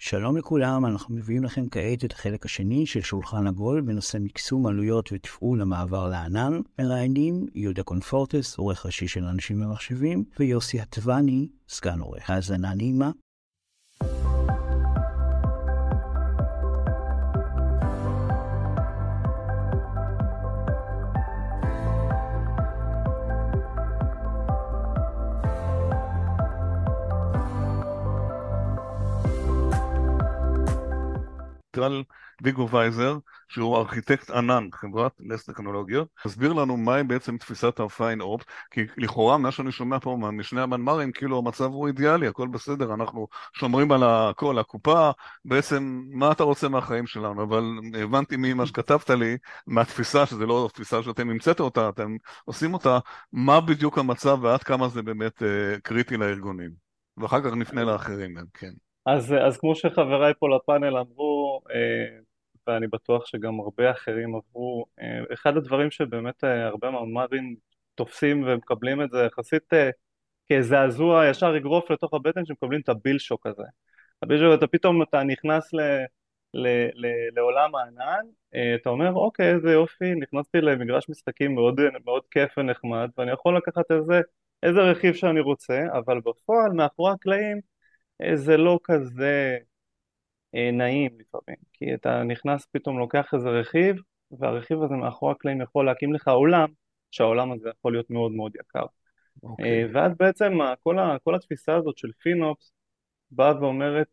שלום לכולם, אנחנו מביאים לכם כעת את החלק השני של שולחן עגול בנושא מקסום עלויות ותפעול המעבר לענן. מראיינים יהודה קונפורטס, עורך ראשי של אנשים ומחשבים, ויוסי הטבני, סגן עורך. האזנה נעימה. טל ויגו וייזר, שהוא ארכיטקט ענן, חברת לס טכנולוגיות, הסביר לנו מהי בעצם תפיסת הפיין אופט, כי לכאורה מה שאני שומע פה משני המנמרים, כאילו המצב הוא אידיאלי, הכל בסדר, אנחנו שומרים על הכל, הקופה, בעצם מה אתה רוצה מהחיים שלנו, אבל הבנתי ממה שכתבת לי, מהתפיסה, שזה לא תפיסה שאתם המצאת אותה, אתם עושים אותה, מה בדיוק המצב ועד כמה זה באמת קריטי לארגונים, ואחר כך נפנה לאחרים, כן. אז כמו שחבריי פה לפאנל אמרו, ואני בטוח שגם הרבה אחרים עברו, אחד הדברים שבאמת הרבה מאמרים תופסים ומקבלים את זה יחסית כזעזוע ישר יגרוף לתוך הבטן, שמקבלים את הביל שוק הזה. הביל שוק, אתה פתאום נכנס לעולם הענן, אתה אומר אוקיי, איזה יופי, נכנסתי למגרש משחקים מאוד, מאוד כיף ונחמד, ואני יכול לקחת איזה רכיב שאני רוצה, אבל בפועל מאחורי הקלעים זה לא כזה נעים לפעמים, כי אתה נכנס פתאום לוקח איזה רכיב, והרכיב הזה מאחורי הקלעים יכול להקים לך עולם, שהעולם הזה יכול להיות מאוד מאוד יקר. אוקיי. ואז בעצם כל התפיסה הזאת של פינופס באה ואומרת,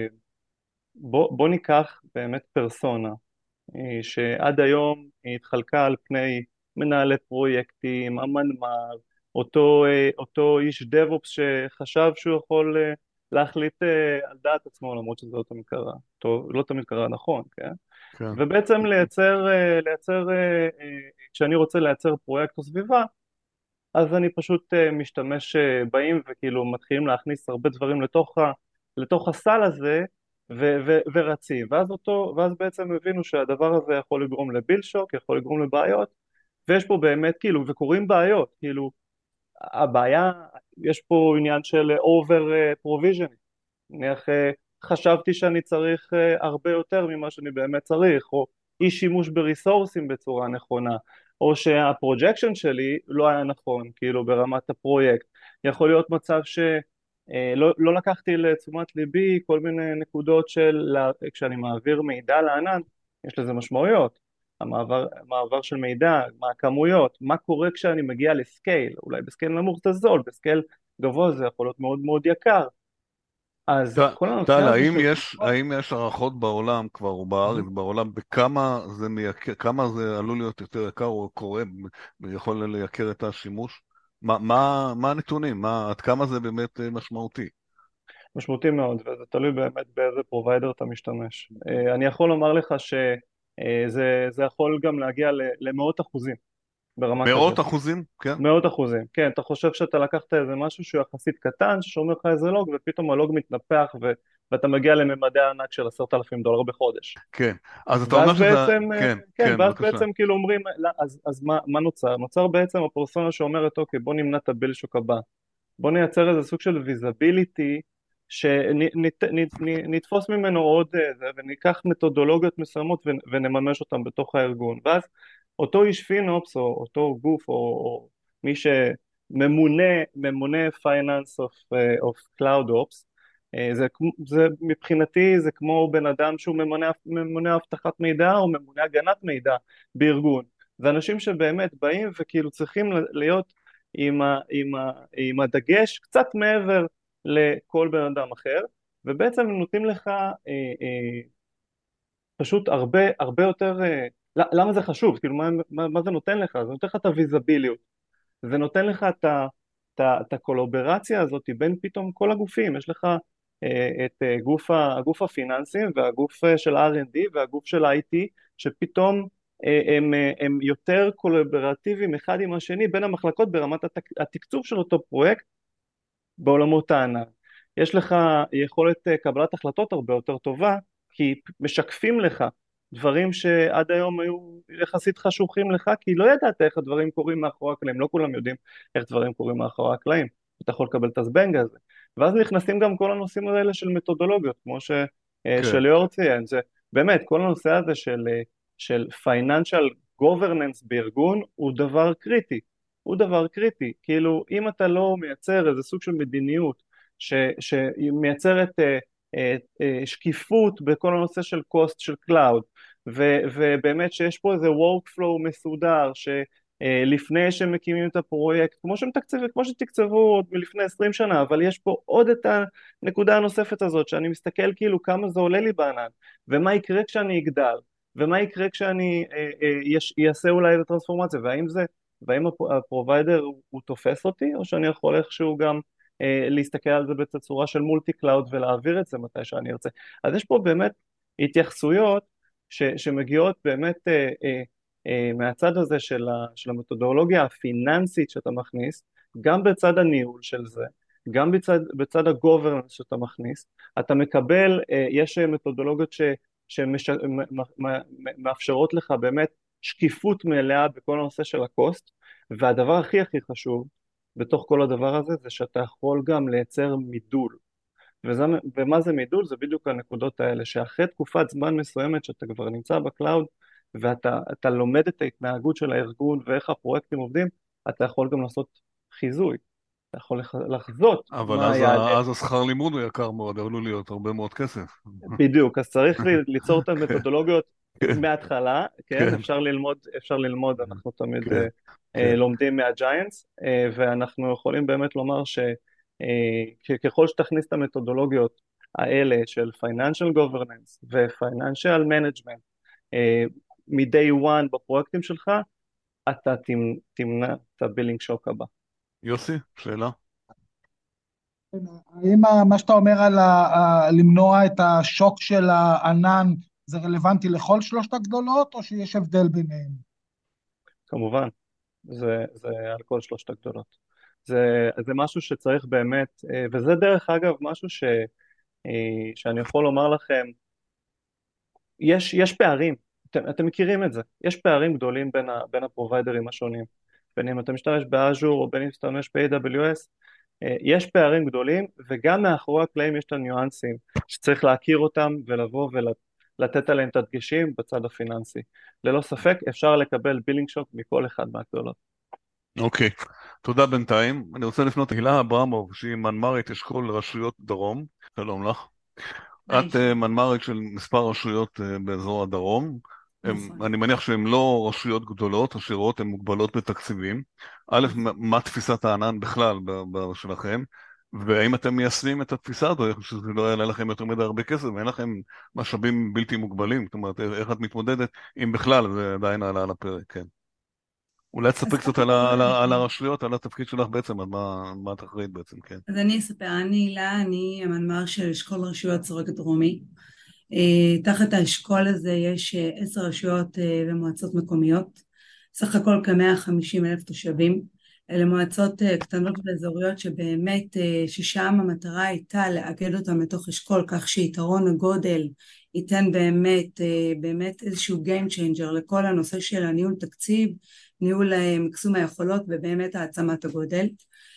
בוא ניקח באמת פרסונה, שעד היום היא התחלקה על פני מנהלי פרויקטים, המנמ"ר, אותו איש דב-אופס שחשב שהוא יכול להחליט על דעת עצמו, למרות שזה לא תמיד קרה, לא תמיד קרה נכון, כן? כן. ובעצם לייצר, כשאני רוצה לייצר פרויקט או סביבה, אז אני פשוט משתמש, באים וכאילו מתחילים להכניס הרבה דברים לתוך הסל הזה, ורצים, ואז בעצם הבינו שהדבר הזה יכול לגרום לביל שוק, יכול לגרום לבעיות, ויש פה באמת כאילו, וקוראים בעיות, כאילו, הבעיה, יש פה עניין של over provisioning, נניח חשבתי שאני צריך הרבה יותר ממה שאני באמת צריך, או אי שימוש בריסורסים בצורה נכונה, או שהפרוג'קשן שלי לא היה נכון, כאילו ברמת הפרויקט, יכול להיות מצב לא לקחתי לתשומת ליבי כל מיני נקודות כשאני מעביר מידע לענן, יש לזה משמעויות, המעבר של מידע, מה הכמויות, מה קורה כשאני מגיע לסקייל, אולי בסקייל נמוך זה זול, בסקייל גבוה זה יכול להיות מאוד מאוד יקר, אז כל הנושא טל, הזה של... האם יש הערכות בעולם כבר, או בארץ, בעולם, כמה זה עלול להיות יותר יקר, או קורה, יכול לייקר את השימוש? מה הנתונים? עד כמה זה באמת משמעותי? משמעותי מאוד, וזה תלוי באמת באיזה פרוביידר אתה משתמש. אני יכול לומר לך שזה יכול גם להגיע למאות אחוזים ברמה מאות כזאת. אחוזים? כן. מאות אחוזים, כן, אתה חושב שאתה לקחת איזה משהו שהוא יחסית קטן, ששומר לך איזה לוג, ופתאום הלוג מתנפח, ואתה מגיע לממדי ענק של $10,000 בחודש. כן. אז אתה אומר ואז שזה... בעצם, כן, כן, כן, ואז בבקשה. בעצם כאילו אומרים, לא, אז מה נוצר? נוצר בעצם הפרסונה שאומרת, אוקיי, בוא נמנע את הביל שוק הבא. בוא נייצר איזה סוג של ויזביליטי, שנתפוס ממנו עוד זה, וניקח מתודולוגיות מסוימות ונממש אותם בתוך הארגון. ואז אותו איש פינופס, או אותו גוף, או מי שממונה פייננס of cloud ops, מבחינתי זה כמו בן אדם שהוא ממונה אבטחת מידע או ממונה הגנת מידע בארגון. זה אנשים שבאמת באים וכאילו צריכים להיות עם הדגש קצת מעבר לכל בן אדם אחר, ובעצם הם נותנים לך פשוט הרבה יותר, למה זה חשוב? כאילו מה זה נותן לך? זה נותן לך את הוויזביליות, זה נותן לך את הקולוברציה הזאת בין פתאום כל הגופים, יש לך את הגוף הפיננסים והגוף של R&D והגוף של IT, שפתאום הם יותר קולברטיביים אחד עם השני בין המחלקות ברמת התקצוב של אותו פרויקט בעולמות הענן. יש לך יכולת קבלת החלטות הרבה יותר טובה, כי משקפים לך דברים שעד היום היו יחסית חשוכים לך, כי לא ידעת איך הדברים קורים מאחורי הקלעים, לא כולם יודעים איך דברים קורים מאחורי הקלעים, אתה יכול לקבל את הזבנג הזה. ואז נכנסים גם כל הנושאים האלה של מתודולוגיות, כמו כן. שליאור ציין, זה באמת כל הנושא הזה של financial governance בארגון הוא דבר קריטי, הוא דבר קריטי, כאילו אם אתה לא מייצר איזה סוג של מדיניות שמייצרת שקיפות בכל הנושא של cost של cloud, ובאמת שיש פה איזה workflow מסודר שלפני שהם מקימים את הפרויקט, כמו שתקצבו עוד מלפני 20 שנה, אבל יש פה עוד את הנקודה הנוספת הזאת, שאני מסתכל כאילו כמה זה עולה לי בענן, ומה יקרה כשאני אגדל, ומה יקרה כשאני אעשה אולי את הטרנספורמציה, והאם הפרוביידר הוא תופס אותי, או שאני יכול איכשהו גם להסתכל על זה בצורה של מולטי קלאוד ולהעביר את זה מתי שאני ארצה. אז יש פה באמת התייחסויות שמגיעות באמת מהצד הזה של המתודולוגיה הפיננסית שאתה מכניס, גם בצד הניהול של זה, גם בצד הגוברנס שאתה מכניס, אתה מקבל, יש מתודולוגיות שמאפשרות לך באמת שקיפות מלאה בכל הנושא של הקוסט, והדבר הכי חשוב בתוך כל הדבר הזה זה שאתה יכול גם לייצר מידול. ומה זה מידול? זה בדיוק הנקודות האלה, שאחרי תקופת זמן מסוימת שאתה כבר נמצא בקלאוד, ואתה לומד את ההתנהגות של הארגון ואיך הפרויקטים עובדים, אתה יכול גם לעשות חיזוי, אתה יכול לחזות אבל מה היה... אז השכר לימוד הוא יקר מאוד, עלול להיות הרבה מאוד כסף. בדיוק, אז צריך ליצור את כן, המתודולוגיות כן, מההתחלה, כן, כן, אפשר ללמוד, אנחנו תמיד כן, כן. לומדים מהג'יינטס, ואנחנו יכולים באמת לומר שככל שתכניס את המתודולוגיות האלה של financial governance ו-financial management מ-day one בפרויקטים שלך, אתה תמנע את הבילינג שוק הבא. יוסי, שאלה? האם מה שאתה אומר על למנוע את השוק של הענן, זה רלוונטי לכל שלושת הגדולות, או שיש הבדל ביניהם? כמובן, זה על כל שלושת הגדולות. זה משהו שצריך באמת, וזה דרך אגב משהו שאני יכול לומר לכם, יש פערים, אתם מכירים את זה, יש פערים גדולים בין הפרוביידרים השונים, בין אם אתה משתמש באז'ור או בין אם אתה משתמש ב-AWS, יש פערים גדולים, וגם מאחורי הקלעים יש את הניואנסים שצריך להכיר אותם ולבוא ולתת עליהם את הדגשים בצד הפיננסי. ללא ספק אפשר לקבל בילינג שוק מכל אחד מהגדולות. אוקיי, תודה בינתיים. אני רוצה לפנות להילה אברמוב, שהיא מנמ"רית אשכול רשויות דרום. שלום לך. את מנמ"רית של מספר רשויות באזור הדרום. אני מניח שהן לא רשויות גדולות, עשירות, הן מוגבלות בתקציבים. א', מה תפיסת הענן בכלל שלכם? והאם אתם מיישמים את התפיסה הזו, שזה לא יעלה לכם יותר מדי הרבה כסף, ואין לכם משאבים בלתי מוגבלים? זאת אומרת, איך את מתמודדת, אם בכלל, זה עדיין על הפרק, כן. אולי תספר קצת על הרשויות, על התפקיד שלך בעצם, על מה את אחראית בעצם, כן. אז אני אספר, אני הילה, אני המנמ"ר של אשכול רשויות סורק דרומי. תחת האשכול הזה יש 10 רשויות ומועצות מקומיות, סך הכל כ-150,000 תושבים. אלה מועצות קטנות ואזוריות שבאמת, ששם המטרה הייתה לאגד אותם לתוך אשכול, כך שיתרון הגודל ייתן באמת איזשהו game changer לכל הנושא של הניהול תקציב, ניהול מקסום היכולות ובאמת העצמת הגודל.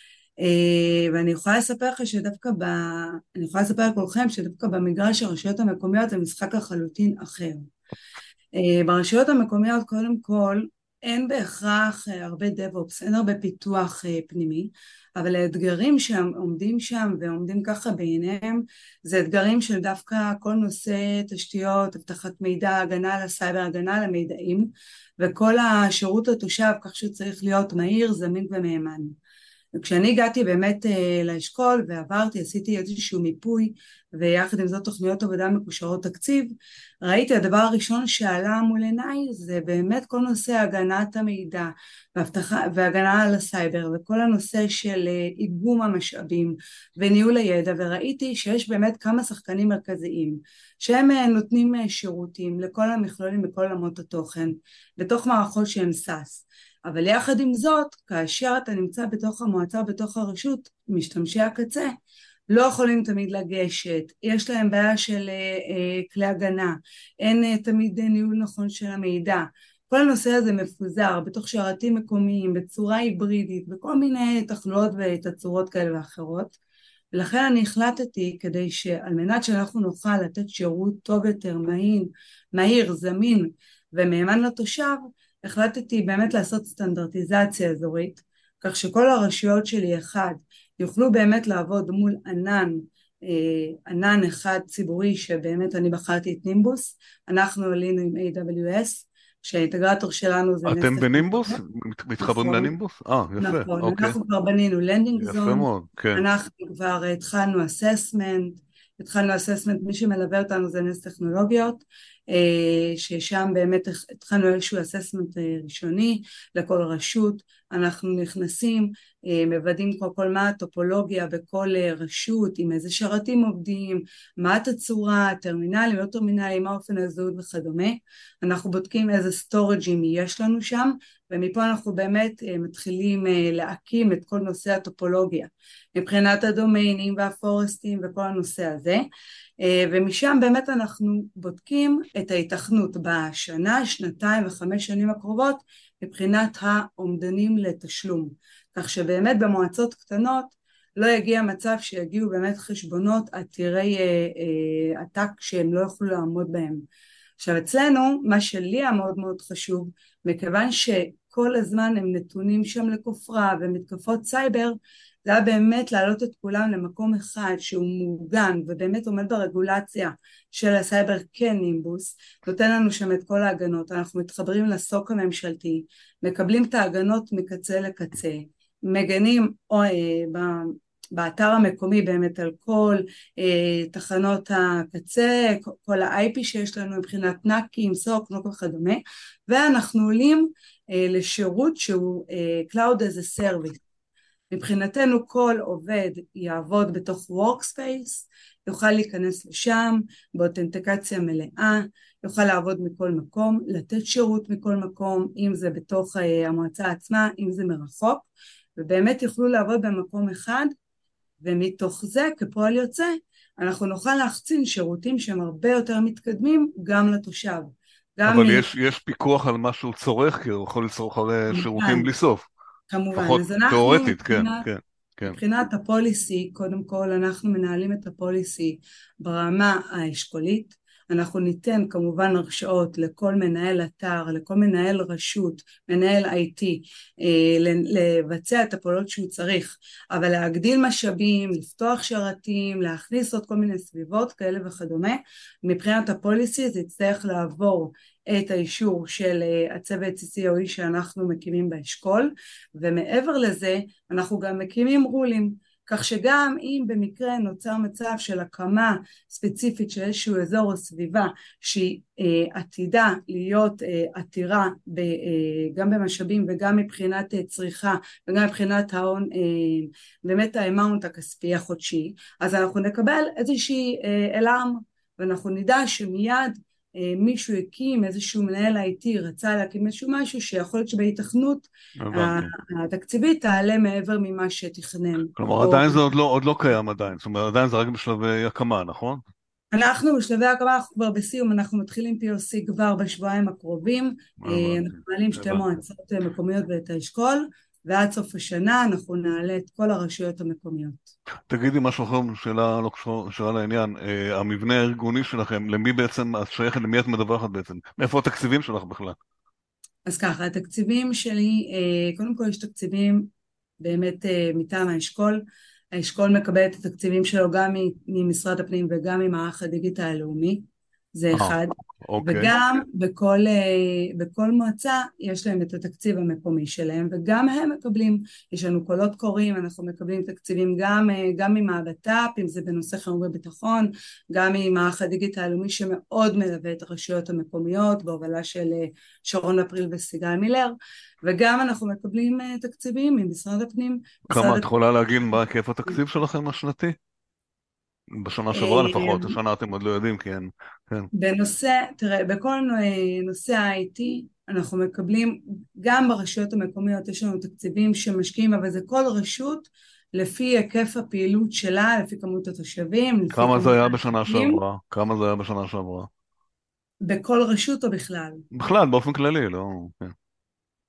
ואני יכולה לספר לך אני יכולה לספר לכולכם שדווקא במגרש הרשויות המקומיות זה משחק לחלוטין אחר. ברשויות המקומיות קודם כל אין בהכרח הרבה DevOps, אין הרבה פיתוח פנימי, אבל האתגרים שעומדים שם ועומדים ככה בעיניהם, זה אתגרים של דווקא כל נושא תשתיות, אבטחת מידע, הגנה על הסייבר, הגנה על המידעים, וכל השירות לתושב כך שצריך להיות מהיר, זמין ומהימן. וכשאני הגעתי באמת לאשכול ועברתי, עשיתי איזשהו מיפוי, ויחד עם זאת תוכניות עבודה מקושרות תקציב, ראיתי הדבר הראשון שעלה מול עיניי, זה באמת כל נושא הגנת המידע, והגנה על הסייבר, וכל הנושא של איגום המשאבים, וניהול הידע, וראיתי שיש באמת כמה שחקנים מרכזיים, שהם נותנים שירותים לכל המכלולים, בכל עולמות התוכן, בתוך מערכות שהן סאס. אבל יחד עם זאת, כאשר אתה נמצא בתוך המועצה, בתוך הרשות, משתמשי הקצה, לא יכולים תמיד לגשת, יש להם בעיה של כלי הגנה, אין תמיד ניהול נכון של המידע, כל הנושא הזה מפוזר בתוך שרתים מקומיים, בצורה היברידית, בכל מיני תחלואות ותצורות כאלה ואחרות, ולכן אני החלטתי, כדי שעל מנת שאנחנו נוכל לתת שירות טוב יותר, מהיר, זמין ומהימן לתושב, החלטתי באמת לעשות סטנדרטיזציה אזורית, כך שכל הרשויות שלי אחד יוכלו באמת לעבוד מול ענן אחד ציבורי, שבאמת אני בחרתי את נימבוס. אנחנו עלינו עם AWS, שהאינטגרטור שלנו זה אתם נסטף. בנימבוס? מתחברים נכון, לנימבוס? יפה, נכון, אוקיי. אנחנו כבר בנינו לנדינג יפה זון, מאוד, כן. אנחנו כבר התחלנו אססמנט, מי שמלווה אותנו זה נס טכנולוגיות, ששם באמת התחלנו איזשהו אססמנט ראשוני לכל רשות. אנחנו נכנסים, מוודאים כל מה הטופולוגיה בכל רשות, עם איזה שרתים עובדים, מה התצורה, טרמינלים, לא טרמינלים, מה אופן הזהות וכדומה. אנחנו בודקים איזה סטורג'ים יש לנו שם, ומפה אנחנו באמת מתחילים להקים את כל נושא הטופולוגיה, מבחינת הדומיינים והפורסטים וכל הנושא הזה, ומשם באמת אנחנו בודקים את ההיתכנות בשנה, שנתיים וחמש שנים הקרובות, מבחינת האומדנים לתשלום, כך שבאמת במועצות קטנות לא יגיע מצב שיגיעו באמת חשבונות עתירי עתק שהם לא יוכלו לעמוד בהם. עכשיו אצלנו, מה שלי היה מאוד מאוד חשוב, מכיוון שכל הזמן הם נתונים שם לכופרה ומתקפות סייבר, זה היה באמת להעלות את כולם למקום אחד שהוא מוגן ובאמת עומד ברגולציה של הסייבר כנימבוס, נותן לנו שם את כל ההגנות. אנחנו מתחברים לסוק הממשלתי, מקבלים את ההגנות מקצה לקצה, מגנים באתר המקומי באמת על כל תחנות הקצה, כל ה-IP שיש לנו מבחינת נאקים, סוק, נוק וכדומה, ואנחנו עולים לשירות שהוא Cloud as a Service. מבחינתנו כל עובד יעבוד בתוך Workspace, יוכל להיכנס לשם באותנטיקציה מלאה, יוכל לעבוד מכל מקום, לתת שירות מכל מקום, אם זה בתוך המועצה עצמה, אם זה מרחוק, ובאמת יוכלו לעבוד במקום אחד, ומתוך זה כפועל יוצא אנחנו נוכל להחצין שירותים שהם הרבה יותר מתקדמים גם לתושב. אבל יש פיקוח על מה שהוא צורך, כי הוא יכול לצרוך הרי שירותים בלי סוף. כמובן, לפחות אז אנחנו תיאורטית, כן. מבחינת הפוליסי, קודם כל אנחנו מנהלים את הפוליסי ברמה האשכולית, אנחנו ניתן כמובן הרשאות לכל מנהל אתר, לכל מנהל רשות, מנהל IT, לבצע את הפעולות שהוא צריך, אבל להגדיל משאבים, לפתוח שרתים, להכניס עוד כל מיני סביבות כאלה וכדומה, מבחינת הפוליסי זה יצטרך לעבור את האישור של הצוות CCOE שאנחנו מקימים באשכול, ומעבר לזה אנחנו גם מקימים רולים, כך שגם אם במקרה נוצר מצב של הקמה ספציפית של איזשהו אזור או סביבה שהיא עתידה להיות עתירה גם במשאבים וגם מבחינת צריכה וגם מבחינת ההון, באמת האמאונט הכספי החודשי, אז אנחנו נקבל איזושהי אלארם ואנחנו נדע שמיד מישהו הקים, איזשהו מנהל IT רצה להקים איזשהו משהו שיכול להיות שבהיתכנות התקציבית תעלה מעבר ממה שתכנן. כלומר עדיין זה עוד לא קיים עדיין, זאת אומרת עדיין זה רק בשלבי הקמה, נכון? אנחנו בשלבי הקמה, אנחנו כבר בסיום, אנחנו מתחילים POC כבר בשבועיים הקרובים, אנחנו מעלים שתי מועצות מקומיות ואת האשכול, ועד סוף השנה אנחנו נעלה את כל הרשויות המקומיות. תגידי משהו אחר, שאלה לא קשורה לעניין, המבנה הארגוני שלכם, למי בעצם את שייכת, למי את מדווחת בעצם? מאיפה התקציבים שלך בכלל? אז ככה, התקציבים שלי, קודם כל יש תקציבים באמת מטעם האשכול, האשכול מקבל את התקציבים שלו גם ממשרד הפנים וגם ממערך הדיגיטל הלאומי, זה אחד, וגם בכל מועצה יש להם את התקציב המקומי שלהם, וגם הם מקבלים, יש לנו קולות קוראים, אנחנו מקבלים תקציבים גם ממעבט"פ, אם זה בנושא חירום וביטחון, גם ממערך הדיגיטל הלאומי שמאוד מלווה את הרשויות המקומיות, בהובלה של שרון אפריל וסיגל מילר, וגם אנחנו מקבלים תקציבים ממשרד הפנים. כמה את יכולה להגיד מה היקף התקציב שלכם השנתי? בשנה שעברה לפחות, השנה אתם עוד לא יודעים, כי אין, כן. תראה, בכל נושא ה-IT אנחנו מקבלים, גם ברשויות המקומיות יש לנו תקציבים שמשקיעים, אבל זה כל רשות לפי היקף הפעילות שלה, לפי כמות התושבים. כמה זה היה בשנה שעברה? כמה זה היה בשנה שעברה? בכל רשות או בכלל? בכלל, באופן כללי, לא, כן.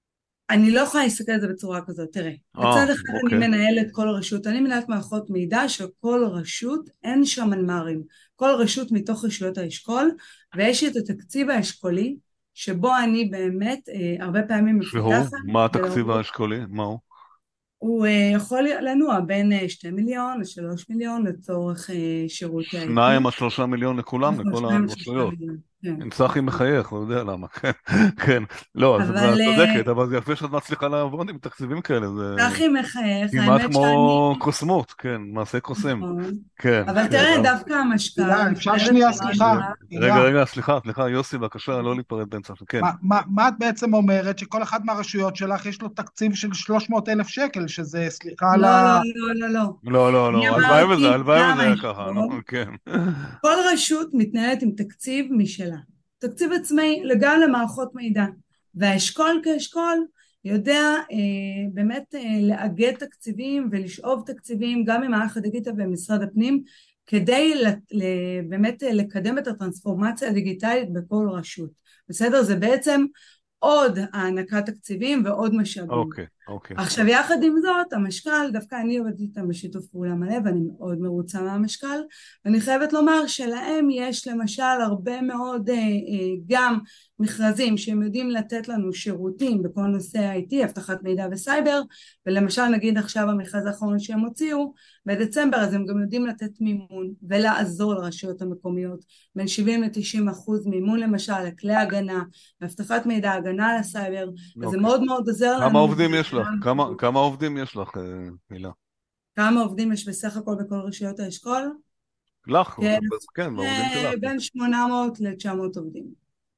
אני לא יכולה להסתכל על זה בצורה כזאת, תראה, בצד אחד אני אוקיי. מנהלת כל רשות, אני מנהלת מערכות מידע שכל רשות אין שם מנמ"רים, כל רשות מתוך רשויות האשכול, ויש את התקציב האשכולי, שבו אני באמת הרבה פעמים שהוא, מפתחת, מה התקציב האשכולי? מה הוא? הוא יכול לנוע בין 2 מיליון ל3 מיליון לצורך שירותי IT. 2 עד 3 מיליון לכולם, נכון, לכל 2 ל3 הרשויות. מיליון, כן. אם צחי מחייך, הוא יודע למה, כן, כן. לא, אז את אבל צודקת, אבל זה יפה שאת מצליחה לעבוד עם תקציבים כאלה, זה צחי מחייך, כמעט האמת שאני... כמו קוסמות, כן, מעשה קוסם. נכון. כן, אבל כן. תראה, דווקא המשקל, הילה, אני אפשר חייבת שנייה, לומר סליחה, לך, רגע, הילה, סליחה, יוסי, בבקשה, לא להיפרד באמצע, כן. מה את בעצם אומרת? שכל אחד מהרשויות שלך יש לו תקציב של 300,000 שקל, שזה, סליחה על לא, ה... לא, לא, לא, לא. לא, אני הלוואי אמרתי, וזה גם היה ככה, לא, האשכול, כן. כל רשות מתנהלת עם תקציב משלה. תקציב עצמאי גם למערכות מידע. והאשכול כאשכול יודע באמת לאגד תקציבים ולשאוב תקציבים גם ממערך הדיגיטל ומשרד הפנים, כדי באמת לקדם את הטרנספורמציה הדיגיטלית בכל רשות. בסדר? זה בעצם עוד הענקת תקציבים ועוד משאבים. אוקיי. עכשיו יחד עם זאת, המשקל, דווקא אני עובדת איתם בשיתוף פעולה מלא ואני מאוד מרוצה מהמשקל, ואני חייבת לומר שלהם יש למשל הרבה מאוד גם מכרזים שהם יודעים לתת לנו שירותים בכל נושא IT, אבטחת מידע וסייבר, ולמשל נגיד עכשיו המכרז האחרון שהם הוציאו בדצמבר, אז הם גם יודעים לתת מימון ולעזור לרשויות המקומיות, בין 70-90% מימון למשל לכלי הגנה, אבטחת מידע, הגנה על הסייבר, אז זה מאוד מאוד עוזר לנו. כמה עובדים יש לך? כמה עובדים יש לך, הילה? כמה עובדים יש בסך הכל בכל רשויות האשכול? לך, כן, כן, בעובדים שלך. בין 800 ל-900 עובדים.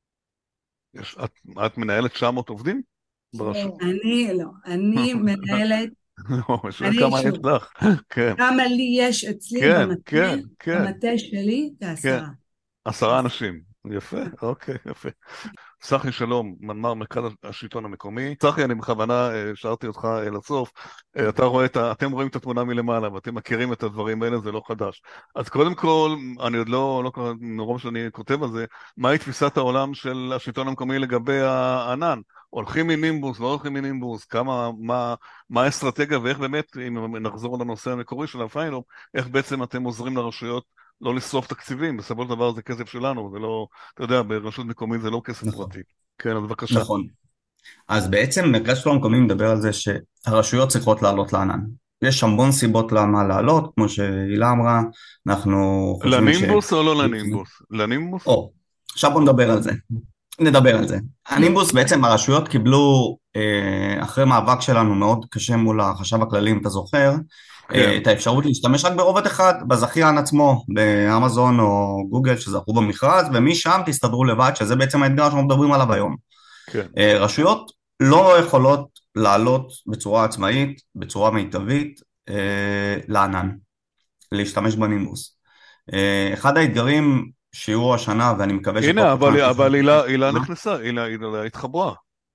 את מנהלת 900 עובדים? ברשות? אני מנהלת, לא, שואל כמה יש לך. כן. כמה לי יש אצלי כן. במטה שלי, כן. כ10. 10 אנשים. יפה, אוקיי, יפה. צחי שלום, מנמ"ר מרכז השלטון המקומי. צחי, אני בכוונה השארתי אותך לסוף. אתם רואים את התמונה מלמעלה, ואתם מכירים את הדברים האלה, זה לא חדש. אז קודם כל, אני עוד לא מרוב שאני כותב על זה, מהי תפיסת העולם של השלטון המקומי לגבי הענן? הולכים מנימבוס, לא הולכים מנימבוס, מה האסטרטגיה, ואיך באמת, אם נחזור לנושא המקורי של הפיינופ, איך בעצם אתם עוזרים לרשויות לא לשרוף תקציבים, בסופו של דבר זה כסף שלנו, זה לא, אתה יודע, ברשות מקומית זה לא כסף פרטי. כן, אז בבקשה. נכון. אז בעצם מרכז שלטון המקומי מדבר על זה שהרשויות צריכות לעלות לענן. יש המון סיבות למה לעלות, כמו שהילה אמרה, אנחנו חושבים לנימבוס או לא לנימבוס? לנימבוס? עכשיו בוא נדבר על זה. הנימבוס בעצם הרשויות קיבלו, אחרי מאבק שלנו מאוד קשה מול החשב הכללי, אם אתה זוכר, את האפשרות להשתמש רק ברובד אחד, בזכיין עצמו, באמזון או גוגל שזכו במכרז, ומשם תסתדרו לבד, שזה בעצם האתגר שאנחנו מדברים עליו היום. רשויות לא יכולות לעלות בצורה עצמאית, בצורה מיטבית, לענן, להשתמש בנימבוס. אחד האתגרים שיהיו השנה, ואני מקווה הנה, אבל הילה נכנסה, הילה התחברה.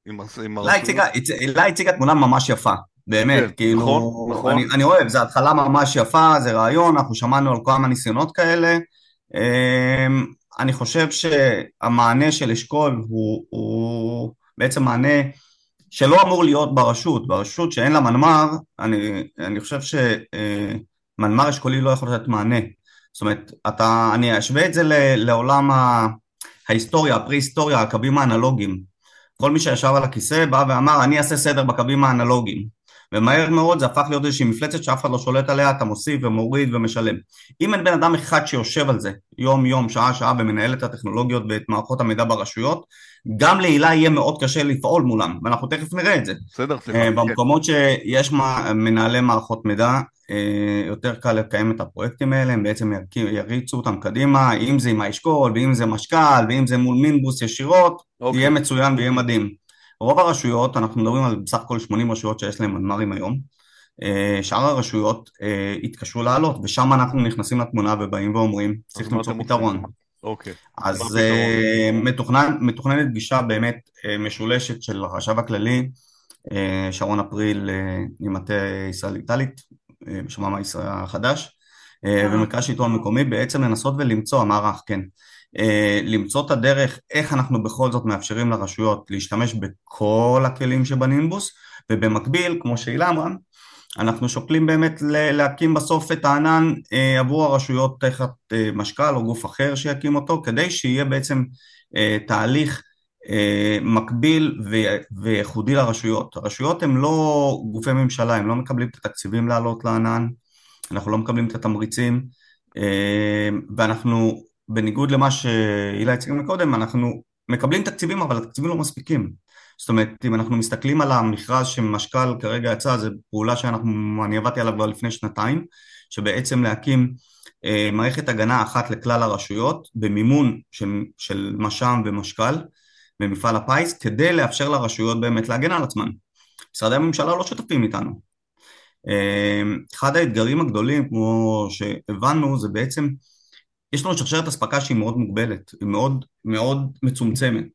הילה הציגה תמונה ממש יפה. באמת, כאילו, אני אוהב, זו התחלה ממש יפה, זה רעיון, אנחנו שמענו על כמה ניסיונות כאלה, אני חושב שהמענה של אשכול הוא בעצם מענה שלא אמור להיות ברשות שאין לה מנמ"ר, אני חושב שמנמ"ר אשכולי לא יכול לתת מענה, זאת אומרת, אני אשווה את זה לעולם ההיסטוריה, הפרה-היסטוריה, הקווים האנלוגיים, כל מי שישב על הכיסא בא ואמר, אני אעשה סדר בקווים האנלוגיים, ומהר מאוד זה הפך להיות איזושהי מפלצת שאף אחד לא שולט עליה, אתה מוסיף ומוריד ומשלם. אם אין בן אדם אחד שיושב על זה, יום, שעה, ומנהל את הטכנולוגיות ואת מערכות המידע ברשויות, גם להילה יהיה מאוד קשה לפעול מולם, ואנחנו תכף נראה את זה. במקומות שיש מנהלי מערכות מידע, יותר קל לקיים את הפרויקטים האלה, הם בעצם יריצו אותם קדימה, אם זה עם האשכול, ואם זה משקל, ואם זה מול מינבוס ישירות, יהיה מצוין ויהיה מדהים. רוב הרשויות, אנחנו מדברים על בסך הכל 80 רשויות שיש להם מנמ"רים היום, שאר הרשויות התקשו לעלות, ושם אנחנו נכנסים לתמונה ובאים ואומרים, צריך למצוא פתרון. אז מתוכננת פגישה באמת משולשת של החשב הכללי, שרון אפריל ממטה ישראל דיגיטלית, בשמם החדש, ומרכז שלטון מקומי בעצם לנסות ולמצוא המערך, כן, למצוא את הדרך איך אנחנו בכל זאת מאפשרים לרשויות להשתמש בכל הכלים שבנימבוס, ובמקביל, כמו שהילה אמרה, אנחנו שוקלים באמת להקים בסוף את הענן עבור הרשויות תחת משקל או גוף אחר שיקים אותו, כדי שיהיה בעצם תהליך מקביל וייחודי לרשויות. הרשויות הן לא גופי ממשלה, הם לא מקבלים את התקציבים לעלות לענן, אנחנו לא מקבלים את התמריצים, ואנחנו, בניגוד למה שהילה הציגה מקודם, אנחנו מקבלים תקציבים, אבל התקציבים לא מספיקים. זאת אומרת, אם אנחנו מסתכלים על המכרז שמשקל כרגע יצא, זו פעולה אני עבדתי עליו כבר לפני 2, שבעצם להקים מערכת הגנה אחת לכלל הרשויות, במימון של מש"ם ומשקל, במפעל הפיס, כדי לאפשר לרשויות באמת להגן על עצמן. משרדי הממשלה לא שותפים איתנו. אחד האתגרים הגדולים, כמו שהבנו, זה בעצם, יש לנו שרשרת אספקה שהיא מאוד מוגבלת, היא מאוד מאוד מצומצמת,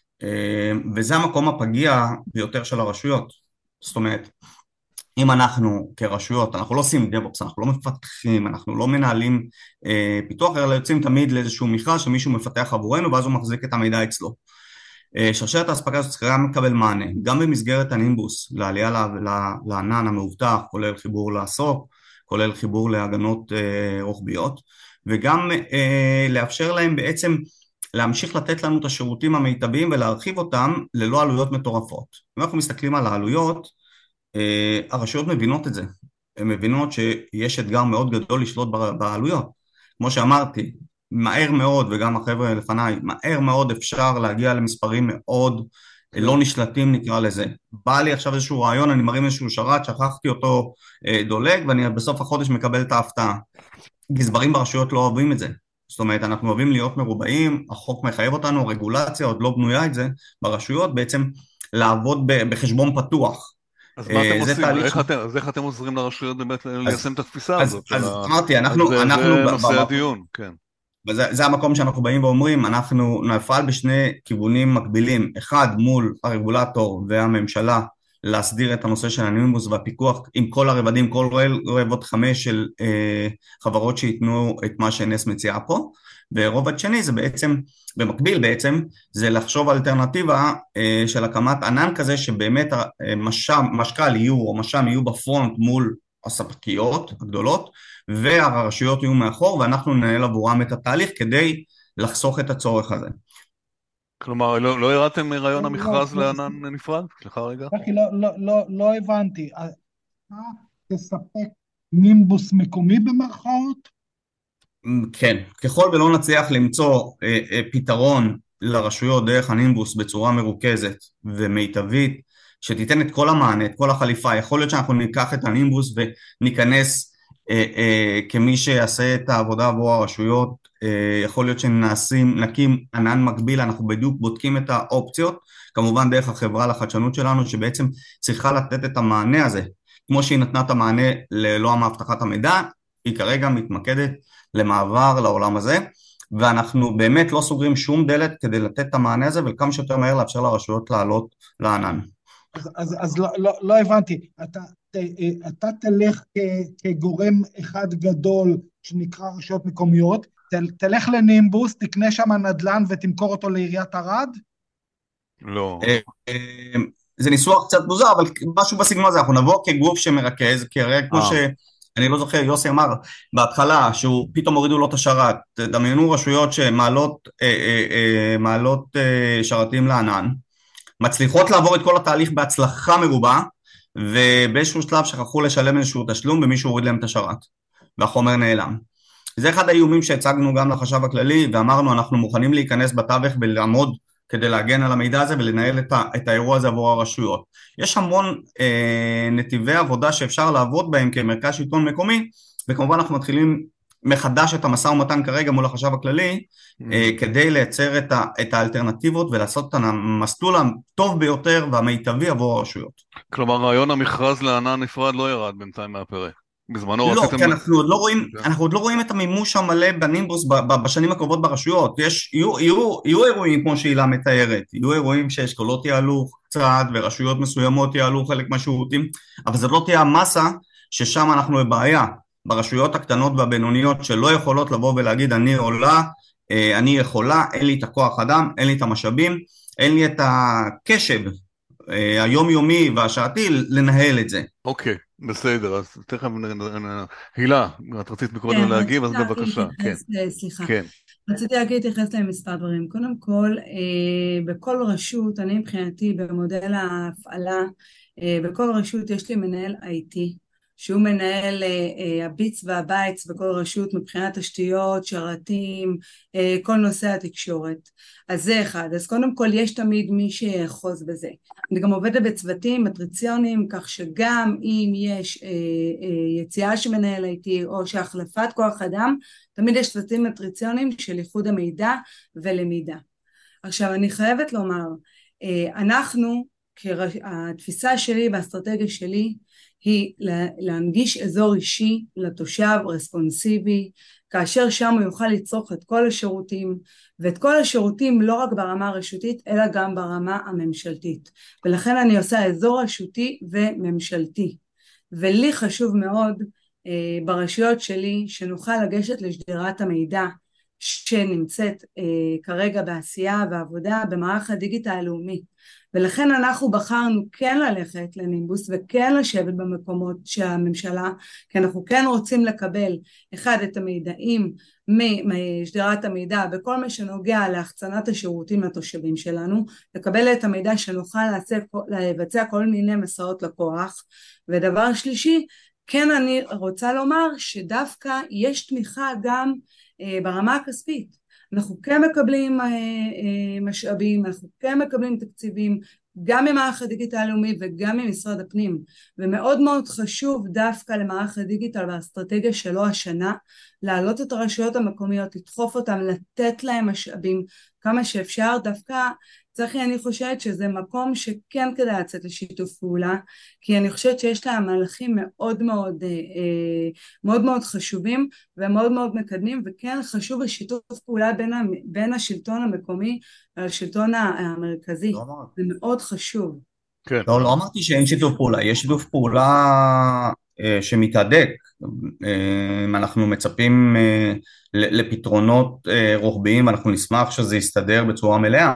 וזה המקום הפגיע ביותר של הרשויות. זאת אומרת, אם אנחנו כרשויות, אנחנו לא עושים DevOps, אנחנו לא מפתחים, אנחנו לא מנהלים פיתוח, אלא יוצאים תמיד לאיזשהו מכרז שמישהו מפתח עבורנו, ואז הוא מחזיק את המידע אצלו. שרשרת האספקה הזאת צריכה לקבל מענה, גם במסגרת הנימבוס, לעלייה לענן המאובטח, כולל חיבור לעסוק, כולל חיבור להגנות רוחביות, וגם לאפשר להם בעצם להמשיך לתת לנו את השירותים המיטביים ולהרחיב אותם ללא עלויות מטורפות. אם אנחנו מסתכלים על העלויות, הרשויות מבינות את זה, הן מבינות שיש אתגר מאוד גדול לשלוט בעלויות. כמו שאמרתי, מהר מאוד, וגם החבר'ה לפניי, מהר מאוד אפשר להגיע למספרים מאוד לא נשלטים, נקרא לזה. בא לי עכשיו איזשהו רעיון, אני מרים איזשהו שרת, שכחתי אותו דולג, ואני בסוף החודש מקבל את ההפתעה. גזברים ברשויות לא אוהבים את זה. זאת אומרת, אנחנו אוהבים להיות מרובעים, החוק מחייב אותנו, הרגולציה עוד לא בנויה את זה, ברשויות בעצם לעבוד בחשבון פתוח. אז מה אתם עושים? איך אתם עוזרים לרשויות באמת ליישם את התפיסה הזאת? אז אמרתי, אנחנו... זה נושא הדיון, כן. וזה המקום שאנחנו באים ואומרים, אנחנו נפעל בשני כיוונים מקבילים, אחד מול הרגולטור והממשלה, להסדיר את הנושא של הנימבוס והפיקוח עם כל הרבדים, כל רבד 5 של חברות שיתנו את מה שנס מציעה פה, ורובד שני זה בעצם, במקביל בעצם, זה לחשוב אלטרנטיבה של הקמת ענן כזה, שבאמת משקל יהיו או משם יהיו בפרונט מול הספקיות הגדולות, והרשויות יהיו מאחור, ואנחנו ננהל עבורם את התהליך כדי לחסוך את הצורך הזה. כלומר, לא הראתם רעיון המכרז לענן נפרד? סליחה רגע. לא הבנתי. תספק נימבוס מקומי במרכאות? כן, ככל ולא נצליח למצוא פתרון לרשויות דרך הנימבוס בצורה מרוכזת ומיטבית, שתיתן את כל המענה, את כל החליפה, יכול להיות שאנחנו ניקח את הנימבוס וניכנס כמי שיעשה את העבודה עבור הרשויות, יכול להיות שנקים ענן מקביל, אנחנו בדיוק בודקים את האופציות, כמובן דרך החברה לחדשנות שלנו, שבעצם צריכה לתת את המענה הזה, כמו שהיא נתנה את המענה ללא המאבטחת המידע, היא כרגע מתמקדת למעבר לעולם הזה, ואנחנו באמת לא סוגרים שום דלת כדי לתת את המענה הזה, וכמה שיותר מהר לאפשר לרשויות לעלות לענן. אז לא הבנתי, אתה תלך כגורם אחד גדול שנקרא רשויות מקומיות, תלך לנימבוס, תקנה שם נדל"ן ותמכור אותו לעיריית ערד? לא. זה ניסוח קצת מוזר, אבל משהו בסגנון הזה, אנחנו נבוא כגוף שמרכז, כרגע כמו אני לא זוכר, יוסי אמר בהתחלה, שהוא פתאום הורידו לו את השרת, דמיינו רשויות שמעלות שרתים לענן, מצליחות לעבור את כל התהליך בהצלחה מרובה, ובאיזשהו שלב שכחו לשלם איזשהו תשלום, ומישהו הוריד להם את השרת, והחומר נעלם. זה אחד האיומים שהצגנו גם לחשב הכללי, ואמרנו אנחנו מוכנים להיכנס בתווך ולעמוד כדי להגן על המידע הזה ולנהל את האירוע הזה עבור הרשויות. יש המון נתיבי עבודה שאפשר לעבוד בהם כמרכז שלטון מקומי, וכמובן אנחנו מתחילים מחדש את המשא ומתן כרגע מול החשב הכללי, כדי לייצר את האלטרנטיבות ולעשות את המסלול הטוב ביותר והמיטבי עבור הרשויות. כלומר, רעיון המכרז לענן נפרד לא ירד בינתיים מהפרק. בזמנו לא, רציתם... כי אנחנו עוד לא רואים את המימוש המלא בנימבוס בשנים הקרובות ברשויות. יהיו אירועים כמו שהילה מתארת, יהיו אירועים שאשכולות יעלו קצת ורשויות מסוימות יעלו חלק מהשירותים, אבל זאת לא תהיה המסה ששם אנחנו בבעיה. ברשויות הקטנות והבינוניות שלא יכולות לבוא ולהגיד אני עולה אני יכולה, אין לי את הכוח אדם, אין לי את המשאבים, אין לי את הקשב היומיומי והשעתי לנהל את זה. אוקיי, בסדר, אז תכף הילה, את רצית כן, מקודם להגיב, אז רציתי רק בבקשה, כן, להתייחס, סליחה. כן, רציתי רק להתייחס למספר דברים. קודם כל, בכל רשות, אני מבחינתי במודל ההפעלה, בכל רשות יש לי מנהל IT, שהוא מנהל הביץ והבייץ בכל רשות מבחינת תשתיות, שרתים, כל נושא התקשורת. אז זה אחד. אז קודם כל יש תמיד מי שיחוז בזה. אני גם עובדת בצוותים מטריציוניים, כך שגם אם יש יציאה שמנהל IT או שהחלפת כוח אדם, תמיד יש צוותים מטריציוניים של איחוד המידע ולמידה. עכשיו אני חייבת לומר, התפיסה שלי והאסטרטגיה שלי היא להנגיש אזור אישי לתושב רספונסיבי, כאשר שם הוא יוכל לצרוך את כל השירותים, ואת כל השירותים לא רק ברמה הרשותית, אלא גם ברמה הממשלתית. ולכן אני עושה אזור רשותי וממשלתי. ולי חשוב מאוד ברשויות שלי שנוכל לגשת לשדרת המידע שנמצאת כרגע בעשייה ועבודה במערך הדיגיטל הלאומי, ולכן אנחנו בחרנו כן ללכת לנימבוס וכן לשבת במקומות שהממשלה, כי אנחנו כן רוצים לקבל אחד את המידעים משדרת המידע בכל מה שנוגע להחצנת השירותים לתושבים שלנו, לקבל את המידע שנוכל לבצע כל מיני מסעות לקוח. ודבר שלישי, כן אני רוצה לומר שדווקא יש תמיכה גם ברמה הכספית. אנחנו כן מקבלים משאבים, אנחנו כן מקבלים תקציבים, גם ממערך הדיגיטל הלאומי וגם ממשרד הפנים, ומאוד מאוד חשוב דווקא למערך הדיגיטל והאסטרטגיה שלו השנה, להעלות את הרשויות המקומיות, לדחוף אותם, לתת להם משאבים כמה שאפשר. דווקא צחי, אני חושבת שזה מקום שכן כדאי לצאת לשיתוף פעולה, כי אני חושבת שיש להם מהלכים מאוד מאוד מאוד מאוד חשובים ומאוד מאוד מקדמים, וכן חשוב השיתוף פעולה בין השלטון המקומי לשלטון המרכזי, זה מאוד חשוב. כן. לא אמרתי שאין שיתוף פעולה, יש שיתוף פעולה שמתהדק, אנחנו מצפים לפתרונות רוחביים, אנחנו נשמח שזה יסתדר בצורה מלאה,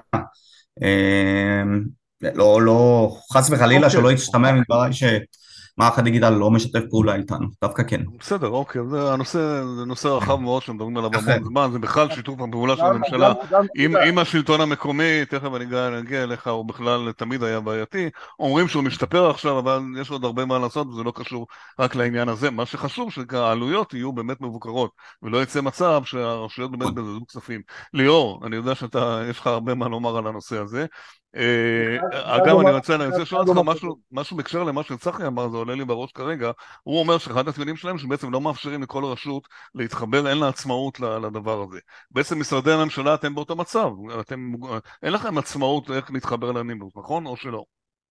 לא, חס וחלילה שלא ישתמע מדבריי שמערך הדיגיטל לא משתף פעולה איתנו, דווקא כן. בסדר, אוקיי, זה נושא רחב מאוד שמדברים עליו המון זמן, זה בכלל שיתוף הפעולה של הממשלה עם השלטון המקומי, תכף אני אגיע אליך, הוא בכלל תמיד היה בעייתי, אומרים שהוא משתפר עכשיו, אבל יש עוד הרבה מה לעשות, וזה לא קשור רק לעניין הזה. מה שחשוב שהעלויות יהיו באמת מבוקרות, ולא יצא מצב שהרשויות באמת בזבזו כספים. ליאור, אני יודע יש לך הרבה מה לומר על הנושא הזה. אגב, אני רוצה לשאול אותך משהו בקשר למה שצחי אמר, זה עולה לי בראש כרגע. הוא אומר שאחד הטיעונים שלהם שבעצם לא מאפשרים לכל רשות להתחבר, אין לה עצמאות לדבר הזה. בעצם משרדי הממשלה אתם באותו מצב, אין לכם עצמאות איך להתחבר לנימבוס, נכון או שלא?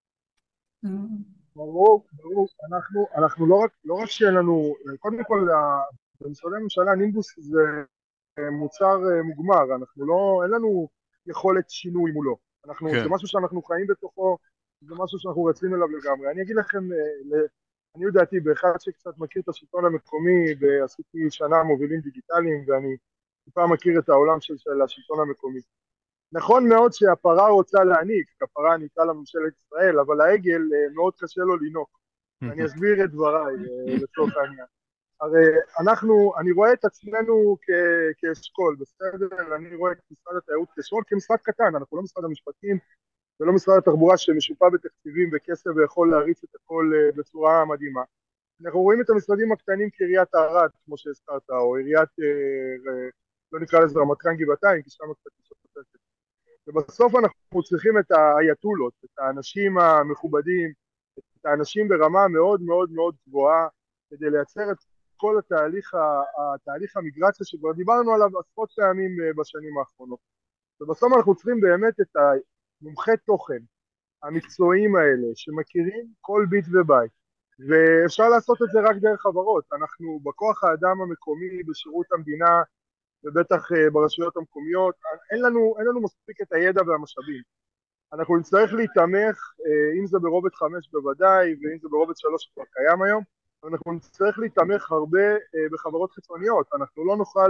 ברור, אנחנו לא רק שאין לנו, קודם כל במשרדי הממשלה נימבוס זה מוצר מוגמר, אין לנו יכולת שינוי מולו. זה משהו שאנחנו חיים בתוכו, זה משהו שאנחנו רצים אליו לגמרי. אני אגיד לכם, אני יודעתי, באחד שקצת מכיר את השלטון המקומי, ועשיתי שנה מובילים דיגיטליים, ואני טיפה מכיר את העולם של השלטון המקומי. נכון מאוד שהפרה רוצה להעניק, הפרה עניקה לממשלת ישראל, אבל העגל מאוד קשה לו לנוק. אני אסביר את דבריי לצורך העניין. הרי אני רואה את עצמנו כאשכול, בסדר? אני רואה את משרד התיירות כאשכול כמשרד קטן, אנחנו לא משרד המשפטים ולא משרד התחבורה שמשופע בתקציבים וכסף ויכול להריץ את הכל בצורה מדהימה. אנחנו רואים את המשרדים הקטנים כעיריית ערד, כמו שהזכרת, או עיריית, לא נקרא לזה רמת גן גבעתיים, כי שם קצת משותפת. ובסוף אנחנו צריכים את האייתולות, את האנשים המכובדים, את האנשים ברמה מאוד מאוד מאוד גבוהה, כדי לייצר את כל התהליך המיגרציה שכבר דיברנו עליו עשרות פעמים בשנים האחרונות. ובסוף אנחנו צריכים באמת את המומחי תוכן המקצועיים האלה שמכירים כל ביט ובית, ואפשר לעשות את זה רק דרך חברות. אנחנו בכוח האדם המקומי בשירות המדינה ובטח ברשויות המקומיות, אין לנו מספיק את הידע והמשאבים. אנחנו נצטרך להתאמך, אם זה ברובד 5 בוודאי ואם זה ברובד 3 שכבר קיים היום, אנחנו נצטרך להתאמך הרבה בחברות חיצוניות. אנחנו לא נוכל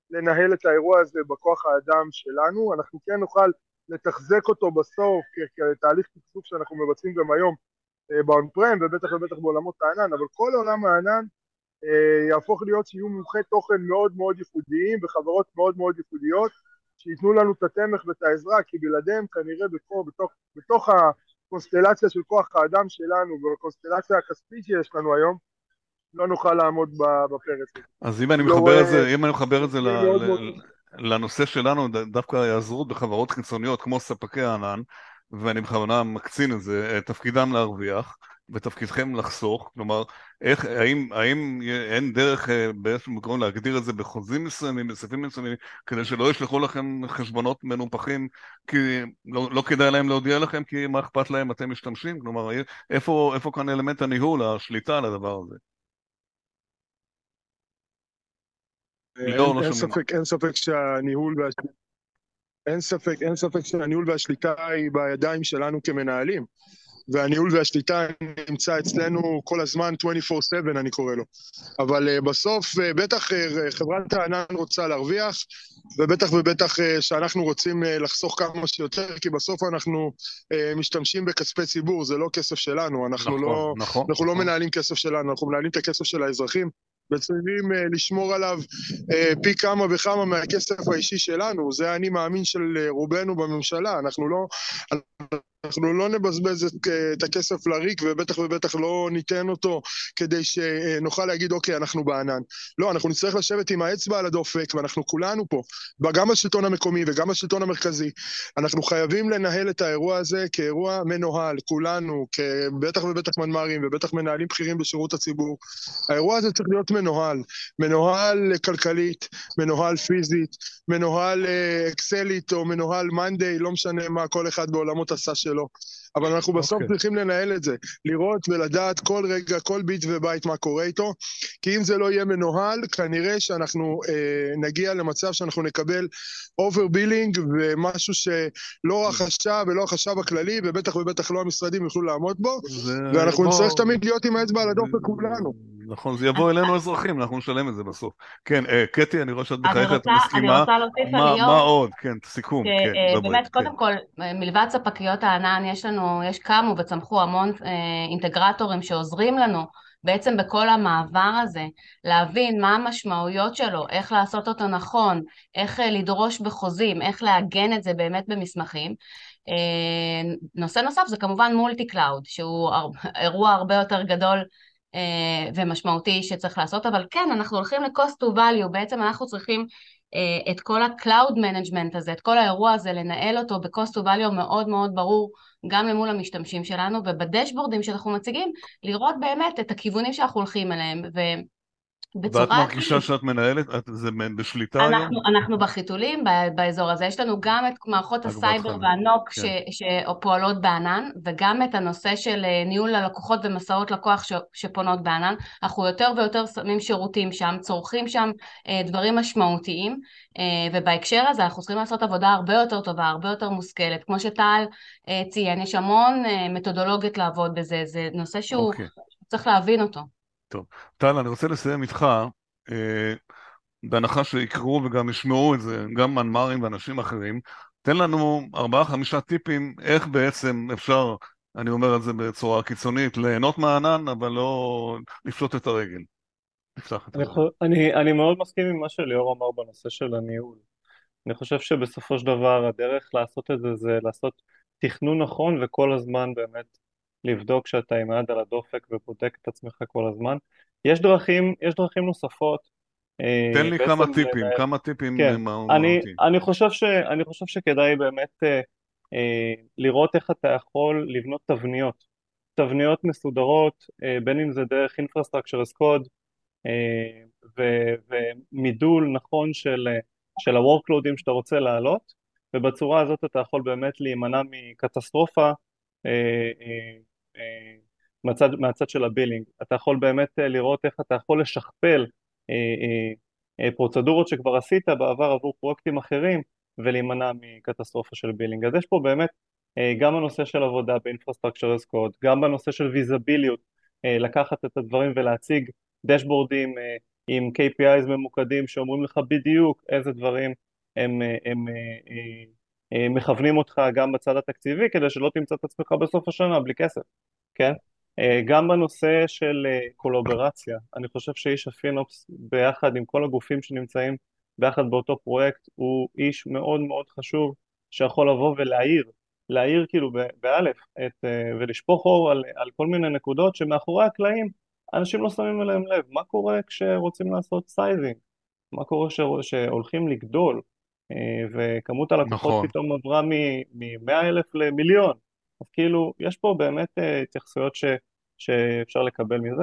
לנהל את האירוע הזה בכוח האדם שלנו, אנחנו כן נוכל לתחזק אותו בסוף כתהליך תקצוב שאנחנו מבצעים גם היום באון פרם ובטח ובטח בעולמות הענן, אבל כל עולם הענן יהפוך להיות שיהיו מומחי תוכן מאוד מאוד ייחודיים וחברות מאוד מאוד ייחודיות שיתנו לנו את התמך ואת העזרה, כי בלעדיהם כנראה בתוך הקונסטלציה של כוח האדם שלנו ובקונסטלציה הכספית שיש לנו היום לא נוכל לעמוד בפרץ הזה. אז אם אני מחבר את זה לנושא שלנו, דווקא יעזרו בחברות חיצוניות כמו ספקי הענן, ואני בכוונה מקצין את זה, תפקידם להרוויח ותפקידכם לחסוך, כלומר, האם אין דרך באיזשהו מקום להגדיר את זה בחוזים מסוימים, בסעיפים מסוימים, כדי שלא ישלחו לכם חשבונות מנופחים, כי לא כדאי להם להודיע לכם, כי מה אכפת להם אתם משתמשים? כלומר, איפה כאן אלמנט הניהול, השליטה על הדבר הזה? אין ספק שהניהול והשליטה היא בידיים שלנו כמנהלים, והניהול והשליטה נמצא אצלנו כל הזמן 24/7 אני קורא לו, אבל בסוף בטח חברת הענן רוצה להרוויח, ובטח ובטח שאנחנו רוצים לחסוך כמה שיותר, כי בסוף אנחנו משתמשים בכספי ציבור, זה לא כסף שלנו, אנחנו לא מנהלים כסף שלנו, אנחנו מנהלים את הכסף של האזרחים, וצריכים לשמור עליו פי כמה וכמה מהכסף האישי שלנו, זה אני מאמין של רובנו בממשלה, אנחנו לא נבזבז את הכסף לריק, ובטח ובטח לא ניתן אותו כדי שנוכל להגיד אוקיי אנחנו בענן, לא, אנחנו נצטרך לשבת עם האצבע על הדופק, ואנחנו כולנו פה, גם השלטון המקומי וגם השלטון המרכזי, אנחנו חייבים לנהל את האירוע הזה כאירוע מנוהל, כולנו, בטח ובטח מנמ"רים ובטח מנהלים בכירים בשירות הציבור, האירוע הזה צריך להיות מנוהל כלכלית, מנוהל פיזית, מנוהל אקסלית או מנוהל מנדי, לא משנה מה כל אחד בעולמות עשה שלו, אבל אנחנו בסוף צריכים לנהל את זה, לראות ולדעת כל רגע, כל ביט ובית מה קורה איתו, כי אם זה לא יהיה מנוהל, כנראה שאנחנו נגיע למצב שאנחנו נקבל אוברבילינג, ומשהו שלא החשב ולא החשב הכללי, ובטח ובטח לא המשרדים יוכלו לעמוד בו, ואנחנו נצטרך תמיד להיות עם האצבע על הדופק כולנו. נכון, זה יבוא אלינו אזרחים, אנחנו נשלם את זה בסוף. כן, קטי, אני רואה שאת מחייכת, מסכימה. אני רוצה להוסיף על ליאור. מה עוד? כן, סיכום. באמת, קודם כל, מלבד ספקיות הענן, יש קמו וצמחו המון אינטגרטורים שעוזרים לנו, בעצם בכל המעבר הזה, להבין מה המשמעויות שלו, איך לעשות אותו נכון, איך לדרוש בחוזים, איך לעגן את זה באמת במסמכים. נושא נוסף זה כמובן מולטי קלאוד, שהוא אירוע הרבה יותר גדול ומשמעותי שצריך לעשות, אבל כן, אנחנו הולכים ל-cost to value, בעצם אנחנו צריכים את כל ה-cloud management הזה, את כל האירוע הזה, לנהל אותו ב-cost to value מאוד מאוד ברור, גם למול המשתמשים שלנו, ובדשבורדים שאנחנו מציגים, לראות באמת את הכיוונים שאנחנו הולכים אליהם, ואת מרגישה שאת מנהלת, זה בשליטה היום? אנחנו בחיתולים באזור הזה, יש לנו גם את מערכות הסייבר והנוק שפועלות בענן, וגם את הנושא של ניהול הלקוחות ומסעות לקוח שפונות בענן, אנחנו יותר ויותר שמים שירותים שם, צורכים שם דברים משמעותיים, ובהקשר הזה אנחנו צריכים לעשות עבודה הרבה יותר טובה, הרבה יותר מושכלת, כמו שטל ציין, יש המון מתודולוגיות לעבוד בזה, זה נושא שהוא צריך להבין אותו. טוב, טל, אני רוצה לסיים איתך, בהנחה שיקראו וגם ישמעו את זה, גם מנמ"רים ואנשים אחרים, תן לנו 4-5 טיפים, איך בעצם אפשר, אני אומר את זה בצורה קיצונית, ליהנות מהענן, אבל לא לפשוט את הרגל. אני מאוד מסכים עם מה שליאור אמר בנושא של הניהול. אני חושב שבסופו של דבר הדרך לעשות את זה, זה לעשות תכנון נכון וכל הזמן באמת לבדוק שאתה עם היד על הדופק ובודק את עצמך כל הזמן. יש דרכים נוספות. תן לי כמה טיפים. כן, אני חושב שכדאי באמת לראות איך אתה יכול לבנות תבניות מסודרות, בין אם זה דרך Infrastructure as Code, ומידול נכון של ה-workloadים שאתה רוצה לעלות, ובצורה הזאת אתה יכול באמת להימנע מקטסטרופה, מהצד של הבילינג. אתה יכול באמת לראות איך אתה יכול לשכפל פרוצדורות שכבר עשית בעבר עבור פרויקטים אחרים ולהימנע מקטסטרופה של בילינג. אז יש פה באמת גם הנושא של עבודה ב-Infrastructure as Code, גם בנושא של ויזביליות, לקחת את הדברים ולהציג דשבורדים עם KPIs ממוקדים שאומרים לך בדיוק איזה דברים הם מכוונים אותך גם בצד התקציבי, כדי שלא תמצא את עצמך בסוף השנה בלי כסף, כן? גם בנושא של קולוברציה, אני חושב שאיש הפינופס ביחד עם כל הגופים שנמצאים ביחד באותו פרויקט הוא איש מאוד מאוד חשוב, שיכול לבוא להעיר כאילו באלף ולשפוך אור על כל מיני נקודות שמאחורי הקלעים אנשים לא שמים אליהם לב. מה קורה כשרוצים לעשות סייזינג? מה קורה שהולכים לגדול וכמות הלקוחות נכון. פתאום עברה מ-100,000 למיליון? אז כאילו יש פה באמת התייחסויות שאפשר לקבל מזה.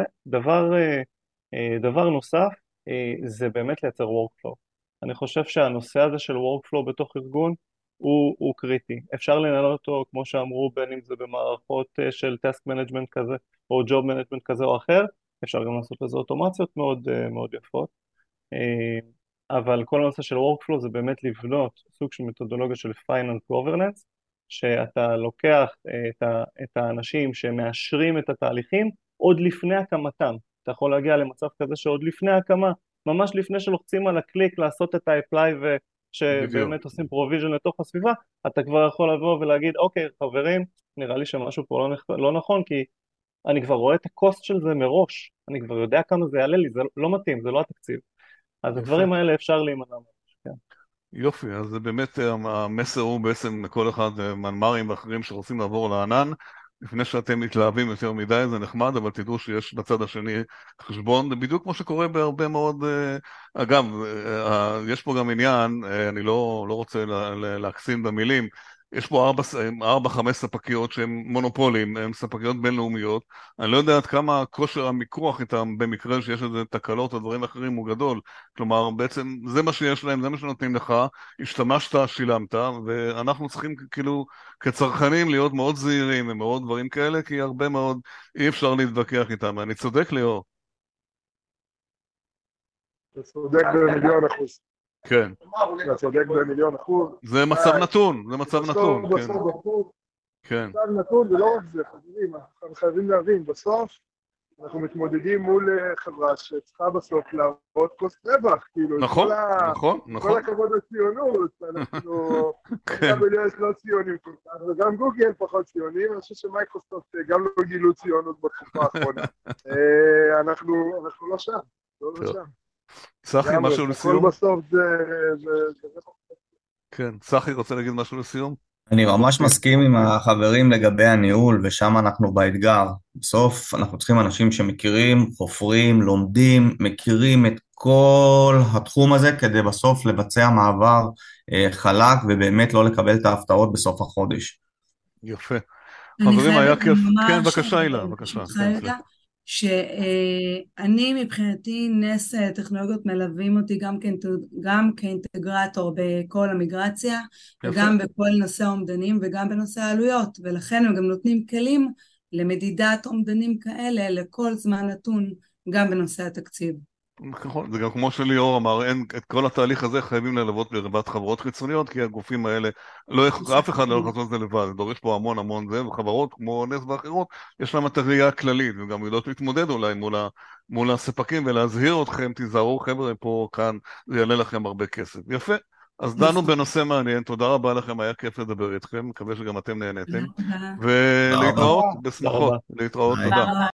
דבר נוסף זה באמת לייצר workflow. אני חושב שהנושא הזה של workflow בתוך ארגון הוא קריטי. אפשר לנהל אותו, כמו שאמרו, בין אם זה במערכות של task management כזה, או job management כזה או אחר, אפשר גם לעשות לזה אוטומציות מאוד, מאוד יפות. אבל כל הנושא של workflow זה באמת לבנות סוג של מתודולוגיה של finance governance, שאתה לוקח את האנשים שמאשרים את התהליכים עוד לפני הקמתם. אתה יכול להגיע למצב כזה שעוד לפני הקמה, ממש לפני שלוחצים על הקליק לעשות את ה-apply שבאמת עושים provision לתוך הסביבה, אתה כבר יכול לבוא ולהגיד, אוקיי, חברים, נראה לי שמשהו פה לא נכון, כי אני כבר רואה את הקוסט של זה מראש, אני כבר יודע כמה זה יעלה לי, זה לא מתאים, זה לא התקציב. אז הדברים האלה אפשר להימנע ממש, כן. יופי, אז זה באמת, המסר הוא בעצם לכל אחד, מנמ"רים ואחרים שרוצים לעבור לענן, לפני שאתם מתלהבים יותר מדי, זה נחמד, אבל תדעו שיש בצד השני חשבון, בדיוק כמו שקורה בהרבה מאוד, אגב, יש פה גם עניין, אני לא רוצה להקסין במילים, יש פה 4-5 ספקיות שהן מונופולים, הן ספקיות בינלאומיות, אני לא יודע עד כמה כושר המיקוח איתם במקרה שיש איזה תקלות או דברים אחרים הוא גדול, כלומר בעצם זה מה שיש להם, זה מה שנותנים לך, השתמשת, שילמת, ואנחנו צריכים כאילו כצרכנים להיות מאוד זהירים ומאוד דברים כאלה, כי הרבה מאוד אי אפשר להתווכח איתם. אני צודק, ליאור? אתה צודק ב1,000,000%. כן. אתה צודק ב1,000,000%. זה מצב נתון, זה מצב נתון. כן. מצב נתון, ולא רק זה, חברים, אנחנו חייבים להבין, בסוף אנחנו מתמודדים מול חברה שצריכה בסוף להראות קוסט רווח, כאילו, נכון. כל הכבוד לציונות, אנחנו WS לא ציונים כל כך, וגם גוגל פחות ציונים, אני חושב שמייקרוסופט גם לא גילו ציונות בתקופה האחרונה. אנחנו לא שם, לא שם. צחי, משהו לסיום? הכל בסוף זה... כן, צחי רוצה להגיד משהו לסיום? אני ממש מסכים עם החברים לגבי הניהול, ושם אנחנו באתגר. בסוף אנחנו צריכים אנשים שמכירים, חופרים, לומדים, מכירים את כל התחום הזה, כדי בסוף לבצע מעבר חלק, ובאמת לא לקבל את ההפתעות בסוף החודש. יפה. חברים, היה כיף. כן, בבקשה, אילה, בבקשה. שאני מבחינתי נס טכנולוגיות מלווים אותי גם כאינטגרטור בכל המיגרציה, וגם בכל נושא האומדנים וגם בנושא העלויות, ולכן הם גם נותנים כלים למדידת אומדנים כאלה לכל זמן נתון, גם בנושא התקציב. נכון, זה גם כמו שליאור אמר, את כל התהליך הזה חייבים ללוות ברבת חברות חיצוניות, כי הגופים האלה, אף אחד לא יכול לעשות את זה לבד, דורש פה המון זה, וחברות כמו נס ואחרות, יש להם את הראייה הכללית, וגם יודעות להתמודד אולי מול הספקים, ולהזהיר אתכם, תיזהרו חבר'ה פה, כאן, זה יעלה לכם הרבה כסף. יפה, אז דנו בנושא מעניין, תודה רבה לכם, היה כיף לדבר איתכם, מקווה שגם אתם נהניתם, ולהתראות בשמחות, להתראות, תודה.